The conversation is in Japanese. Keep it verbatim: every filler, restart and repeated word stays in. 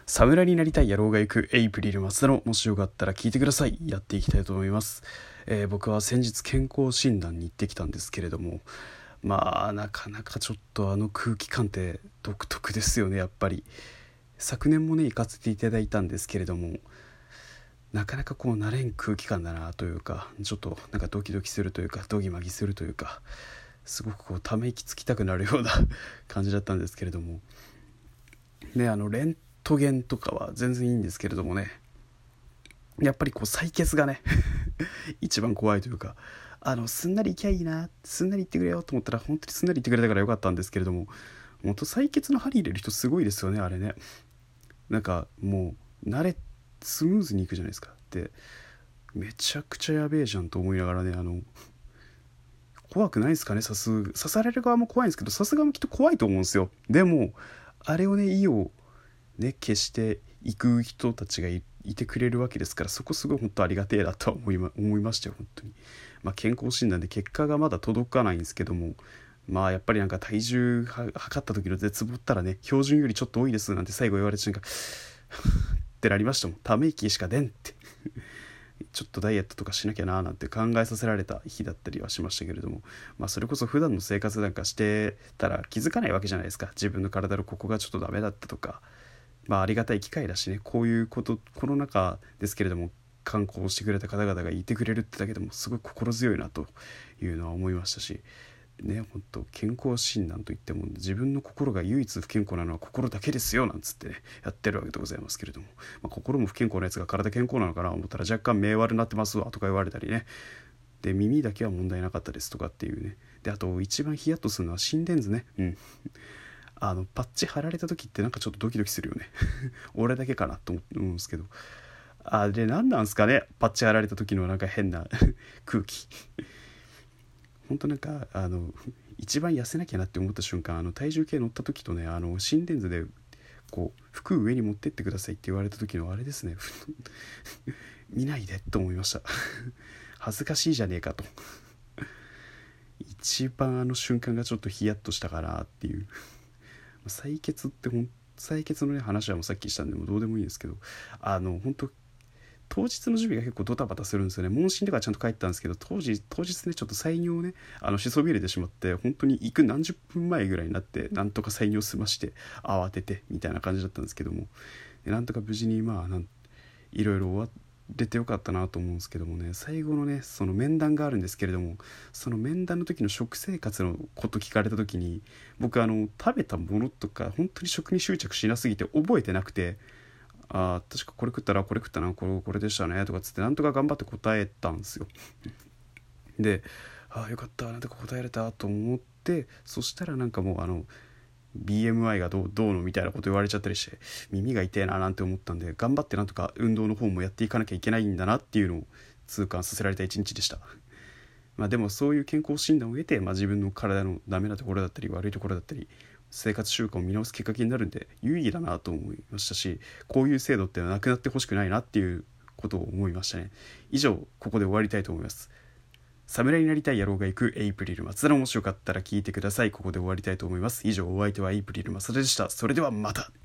侍になりたい野郎が行くエイプリル松田の、もしよかったら聞いてください。やっていきたいと思います。えー僕は先日健康診断に行ってきたんですけれども、まあなかなかちょっとあの空気感って独特ですよね。やっぱり昨年もね行かせていただいたんですけれども、なかなかこう慣れん空気感だなというか、ちょっとなんかドキドキするというか、ドギマギするというか、すごくこうため息つきたくなるような感じだったんですけれどもね。あのレントゲンとかは全然いいんですけれどもね、やっぱりこう採血がね一番怖いというか、あのすんなりいきゃいいな、すんなりいってくれよと思ったら本当にすんなりいってくれたからよかったんですけれども、本当採血の針入れる人すごいですよね、あれね。なんかもう慣れスムーズにいくじゃないですか。でめちゃくちゃやべえじゃんと思いながらね、あの怖くないですかね。刺す刺される側も怖いんですけど、刺す側もきっと怖いと思うんですよ。でもあれをね、意をね消していく人たちが い, いてくれるわけですから、そこすごい本当ありがてえなとは思いま思いましたよ本当に。まあ健康診断で結果がまだ届かないんですけども、まあやっぱりなんか体重は測った時の絶望ったらね、標準よりちょっと多いですなんて最後言われて、なんかってなりましたもん。ため息しか出んってちょっとダイエットとかしなきゃななんて考えさせられた日だったりはしましたけれども、まあそれこそ普段の生活なんかしてたら気づかないわけじゃないですか。自分の体のここがちょっとダメだったとか、まあありがたい機会だしね、こういうことコロナ禍ですけれども観光してくれた方々がいてくれるってだけでもすごい心強いなというのは思いましたしね。本当健康診断といっても自分の心が唯一不健康なのは心だけですよなんつってねやってるわけでございますけれども、まあ、心も不健康なやつが体健康なのかなと思ったら若干目悪になってますわとか言われたりね。で耳だけは問題なかったですとかっていうね。であと一番ヒヤッとするのは心電図ね。うんあのパッチ貼られた時ってなんかちょっとドキドキするよね俺だけかなと思うんですけど、あれ何なんすかね、パッチ貼られた時のなんか変な空気本当なんかあの一番痩せなきゃなって思った瞬間、あの体重計乗った時とね、あの心電図でこう服上に持ってってくださいって言われた時のあれですね見ないでと思いました恥ずかしいじゃねえかと一番あの瞬間がちょっとヒヤッとしたかなっていう。採血ってほん採血のね話はもうさっきしたんでもうどうでもいいんですけど、あの本当当日の準備が結構ドタバタするんですよね。問診とかちゃんと帰ったんですけど、当時当日ねちょっと採尿をねあのしそびれてしまって、本当に行く何十分前ぐらいになってなんとか採尿済まして慌ててみたいな感じだったんですけども、でなんとか無事にまあなんいろいろ終われてよかったなと思うんですけどもね、最後のねその面談があるんですけれども、その面談の時の食生活のこと聞かれた時に、僕あの食べたものとか本当に食に執着しなすぎて覚えてなくて、あ確かこれ食ったらこれ食ったなこれこれでしたねとかつってなんとか頑張って答えたんですよ。であよかったなんとか答えれたと思って、そしたらなんかもうあの ビーエムアイ がどうどうのみたいなこと言われちゃったりして、耳が痛えななんて思ったんで、頑張ってなんとか運動の方もやっていかなきゃいけないんだなっていうのを痛感させられた一日でした。まあでもそういう健康診断を得て、まあ、自分の体のダメなところだったり悪いところだったり生活習慣を見直すきっかけになるんで有意義だなと思いましたし、こういう制度ってなくなってほしくないなっていうことを思いましたね。以上ここで終わりたいと思います。侍になりたい野郎が行くエイプリル松田の、面白かったら聞いてください。ここで終わりたいと思います。以上お相手はエイプリル松田でした。それではまた。